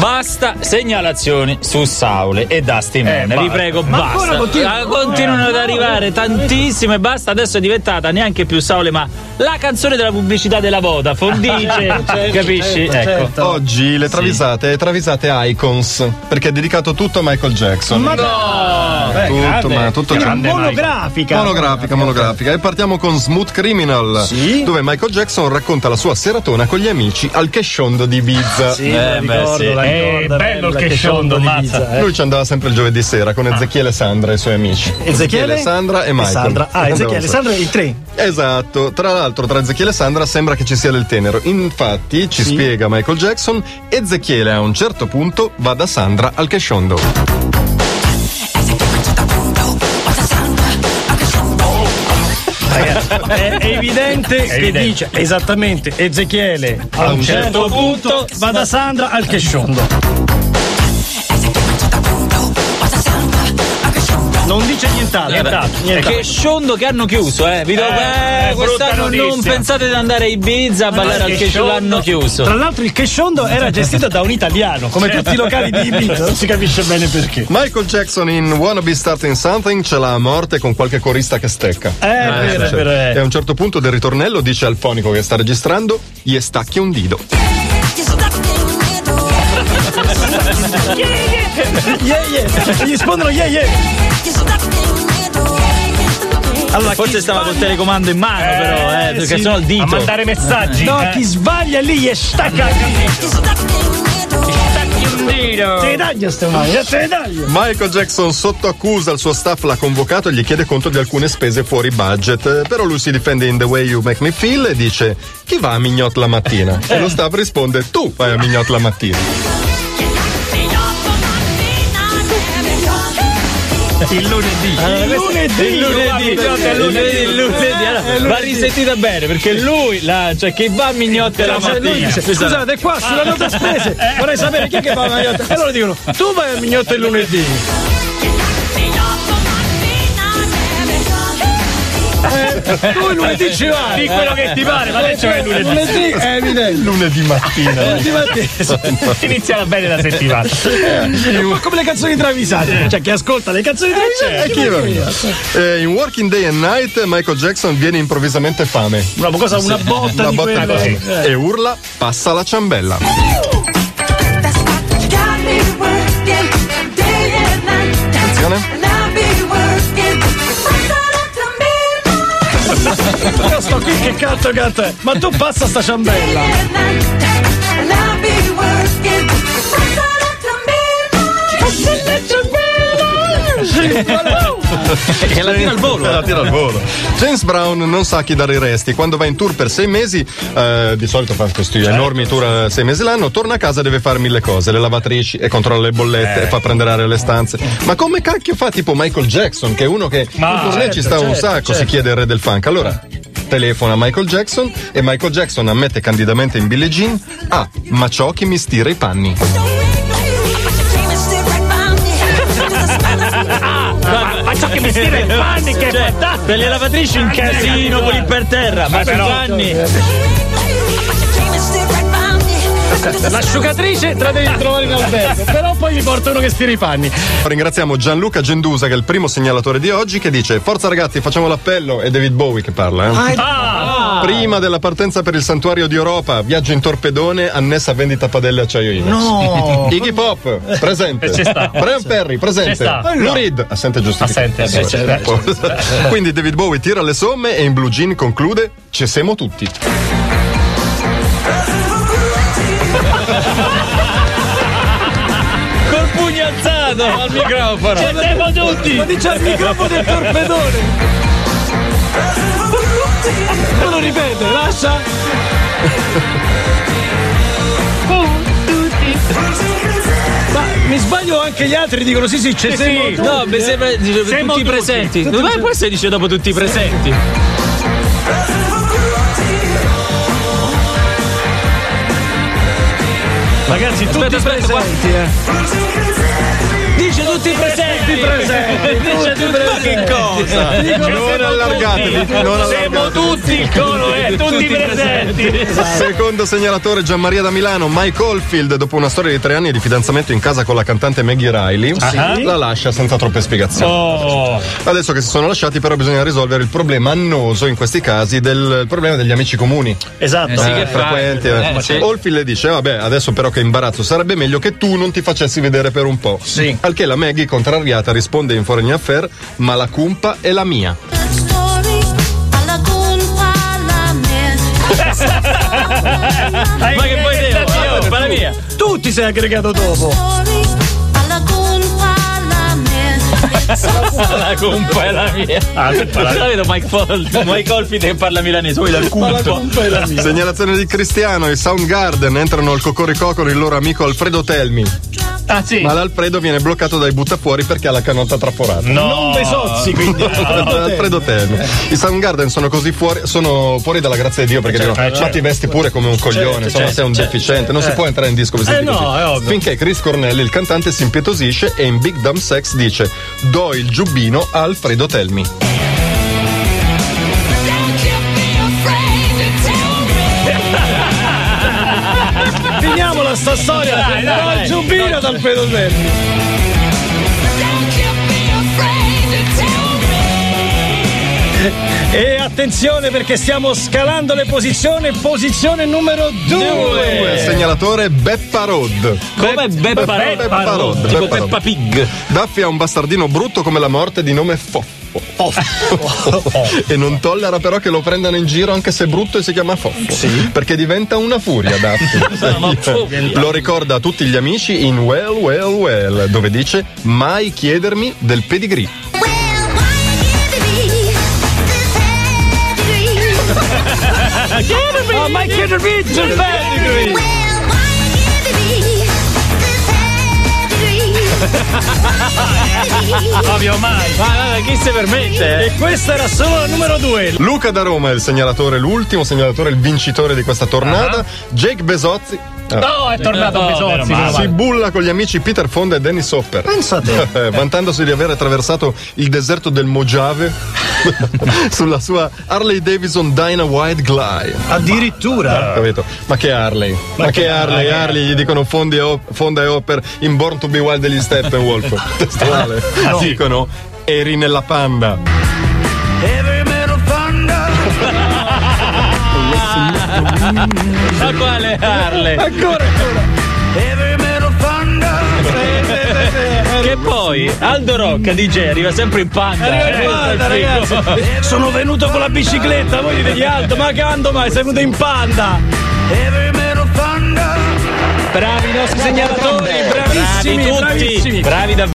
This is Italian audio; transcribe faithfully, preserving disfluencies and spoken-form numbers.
Basta segnalazioni su Saule e Dusty Man, Eh, vi basta. prego, Ma basta. ancora continu- Ah, continuano ad arrivare tantissime, basta, adesso è diventata neanche più Saule, ma la canzone della pubblicità della Vodafone, dice, capisci? certo, ecco. certo. Oggi le travisate, travisate Icons, perché è dedicato tutto a Michael Jackson. Ma No! Beh, tutto, grande. ma tutto Era grande. monografica. Monografica, monografica. E partiamo con Smooth Criminal, Sì. dove Michael Jackson racconta la sua seratona con gli amici al Keshondo di Ibiza. Sì, Eh, la beh, ricordo, sì. la Eh, ricordo, bello il la Keshondo, di mazza. Ibiza, eh. Lui ci andava sempre il giovedì sera con Ezechiele Sandra e i suoi amici. Ezechiele? Sandra e Michael. Sandra. Ah, Ezechiele, Andavano Sandra, i tre. Esatto, tra l'altro tra Ezechiele e Sandra sembra che ci sia del tenero. Infatti ci Sì. spiega Michael Jackson, Ezechiele a un certo punto va da Sandra al Keshondo. Ragazzi, è, è evidente che evidente. dice esattamente Ezechiele a un certo punto va da Sandra al Keshondo. Non dice nient'altro. Nient'altro. È nient'altro. che Sciondo che hanno chiuso, eh. Vi do, Eh, eh, brutta quest'anno non notizia. pensate di andare a Ibiza a ballare al che Keshondo, Sciondo- l'hanno chiuso. Tra l'altro il Keshondo era gestito da un italiano, come tutti i locali di Ibiza, non si capisce bene perché. Michael Jackson in Wanna Be Starting Something ce l'ha a morte con qualche corista che stecca. Eh, è vero, è vero, E è. a un certo punto del ritornello dice al fonico che sta registrando: gli stacchi un dito. Yeah, yeah. E gli rispondono yeah, yeah. Allora, Forse chi stava col sbaglia- telecomando in mano, Eh, però, eh, perché sì. sennò il dito. A mandare messaggi. No, eh. chi sbaglia lì gli stacca il Stacchi un dito. Te ne taglio ste mani, eh, te ne taglio. Michael Jackson sotto accusa, il suo staff l'ha convocato e gli chiede conto di alcune spese fuori budget. Eh, Però lui si difende in The Way You Make Me Feel e dice: chi va a Mignot la mattina? E lo staff risponde: tu vai a Mignot la mattina. Il lunedì. Il lunedì, Il lunedì, il lunedì, il lunedì. Allora, va risentita bene perché lui, la, cioè che va a Mignotte la Cioè, lui mattina. dice, scusate, qua sulla nota spese vorrei sapere chi è che va a Mignotte. E loro dicono: tu vai a Mignotte il lunedì. Eh, tu il lunedì ci vai. Di quello che ti pare, ma adesso è lunedì. Lunedì è evidente. Lunedì mattina. Lunedì mattina. Inizia bene la settimana. È un po' come le canzoni travisate. Cioè, chi ascolta le canzoni travisate. E chi va? Eh, in Working Day and Night Michael Jackson viene improvvisamente fame. Una cosa, una botta Una di botta quelle. di fame. E urla: passa la ciambella. Attenzione. Io sto qui che canto canto. Ma tu passa sta ciambella. E la tira al volo. La tira al volo. James Brown non sa chi dare i resti. Quando va in tour per sei mesi, eh, di solito fa questi enormi tour eh, sei mesi l'anno, torna a casa e deve fare mille cose: le lavatrici e controlla le bollette e fa prendere aria alle stanze. Ma come cacchio fa tipo Michael Jackson, che è uno che Ma in tournée ci sta certo, un certo, sacco, si certo. chiede il re del funk. Allora telefona a Michael Jackson e Michael Jackson ammette candidamente in Billie Jean: ah, ma ciò che mi stira i panni. Ma ciò che mi stira i panni, che è Cioè, fantastico. per le lavatrici un casino con lì per terra, ma Ma sui però- panni. L'asciugatrice te la devi trovare in albergo. Però poi mi porta uno che stira i panni. Ringraziamo Gianluca Gendusa, che è il primo segnalatore di oggi, che dice: forza ragazzi, facciamo l'appello. È David Bowie che parla, eh? Ah, Prima della partenza per il santuario di Europa, viaggio in torpedone, annessa vendita padelle acciaio Inex. No. Iggy Pop, presente. Ci sta. Brian Ferry, Ci presente. sta. Lou Reed, assente giustificato. Assente, eh, certo. Quindi David Bowie tira le somme e in Blue Jean conclude: ci siamo tutti. Col pugno alzato al microfono. ci siamo tutti. Ma dice al microfono del torpedone. Non lo ripete, lascia. Ma mi sbaglio, anche gli altri dicono sì sì c'è siamo sì. tutti. No, mi sembra dice, Siamo tutti i tutti. presenti. Ma può essere dice dopo tutti i presenti. Ragazzi, tutti Aspetta, aspetta, presenti, eh. Dice tutti tutti presenti. presenti. Dice tutti ma che cosa? Non allargatevi, non Siamo allargatevi. tutti il coro, eh, tutti presenti. Secondo segnalatore Gianmaria da Milano, Mike Oldfield, dopo una storia di tre anni di fidanzamento in casa con la cantante Maggie Riley, la lascia senza troppe spiegazioni. Oh. Adesso che si sono lasciati, però, bisogna risolvere il problema annoso in questi casi del il problema degli amici comuni. Esatto. Eh sì, Eh, che frequenti. fai? eh. Eh, sì. Oldfield le dice: vabbè, adesso però che imbarazzo, sarebbe meglio che tu non ti facessi vedere per un po'. Sì. Al che la Maggie, contrariata, risponde in Foreign Affair: ma la cumpa è la mia. Ma che poi devo? Io, la mia. Tu ti sei aggregato dopo. La cumpa è la mia. Ah, La vedo Mike Fold, Mike Oldfield che parla milanese, poi dal Ma la cumpa. colpa è la mia. Segnalazione di Cristiano: i Soundgarden entrano al Cocorico con il loro amico Alfredo Telmi. Ah, sì. Ma l'Alfredo viene bloccato dai buttafuori perché ha la canotta traforata. No. Non besozzi, quindi. Alfredo Telmi. I Soundgarden sono così fuori, sono fuori dalla grazia di Dio perché dicono: eh, certo. ma ti vesti pure come un coglione, insomma, certo, sei un certo. deficiente, non si può entrare in disco vestiti Eh, no, così. è ovvio. Finché Chris Cornell, il cantante, si impietosisce e in Big Dumb Sex dice: do il giubbino a Alfredo Telmi. Finiamola sta storia. Dai, dai, Dal dai. giubbino dal Alfredo Telmi. E attenzione perché stiamo scalando le posizioni. Posizione numero due. Il segnalatore Beppa Road. Come Beppa Beppa Road. Tipo Beppa Peppa Road. Pig. Duffy ha un bastardino brutto come la morte di nome Foffo. E non tollera però che lo prendano in giro anche se è brutto e si chiama Foffo. Perché diventa una furia Duffy. Lo ricorda a tutti gli amici in Well Well Well, dove dice: mai chiedermi del pedigree. Ah, ma che il pedigree. Ovvio mai. Ma ma chi si permette? E questa era solo la numero due. Luca da Roma è il segnalatore, l'ultimo segnalatore, il vincitore di questa tornata. Jake Besozzi ah, No, è tornato No, Besozzi. meno meno male. si male. bulla con gli amici Peter Fonda e Dennis Hopper. Pensa a te. Eh, vantandosi di aver attraversato il deserto del Mojave sulla sua Harley Davidson Dyna White Glide. Addirittura. Capito? Ma che Harley? Ma, che Harley? Harley gli dicono Fondi e Hop- Fonda e Hopper in Born to be Wild degli Steppenwolf. Testuale. Dicono eri nella panda. Ma quale Harley? Ancora, ancora. Che poi Aldo Rocca D J arriva sempre in panda. Arriva in Eh, panda, figo. ragazzi. Sono venuto con la bicicletta, voi dite di alto, ma quando mai sei venuto in panda? Bravi i nostri segnalatori, bravissimi, Bravi tutti, bravissimi. bravi davvero.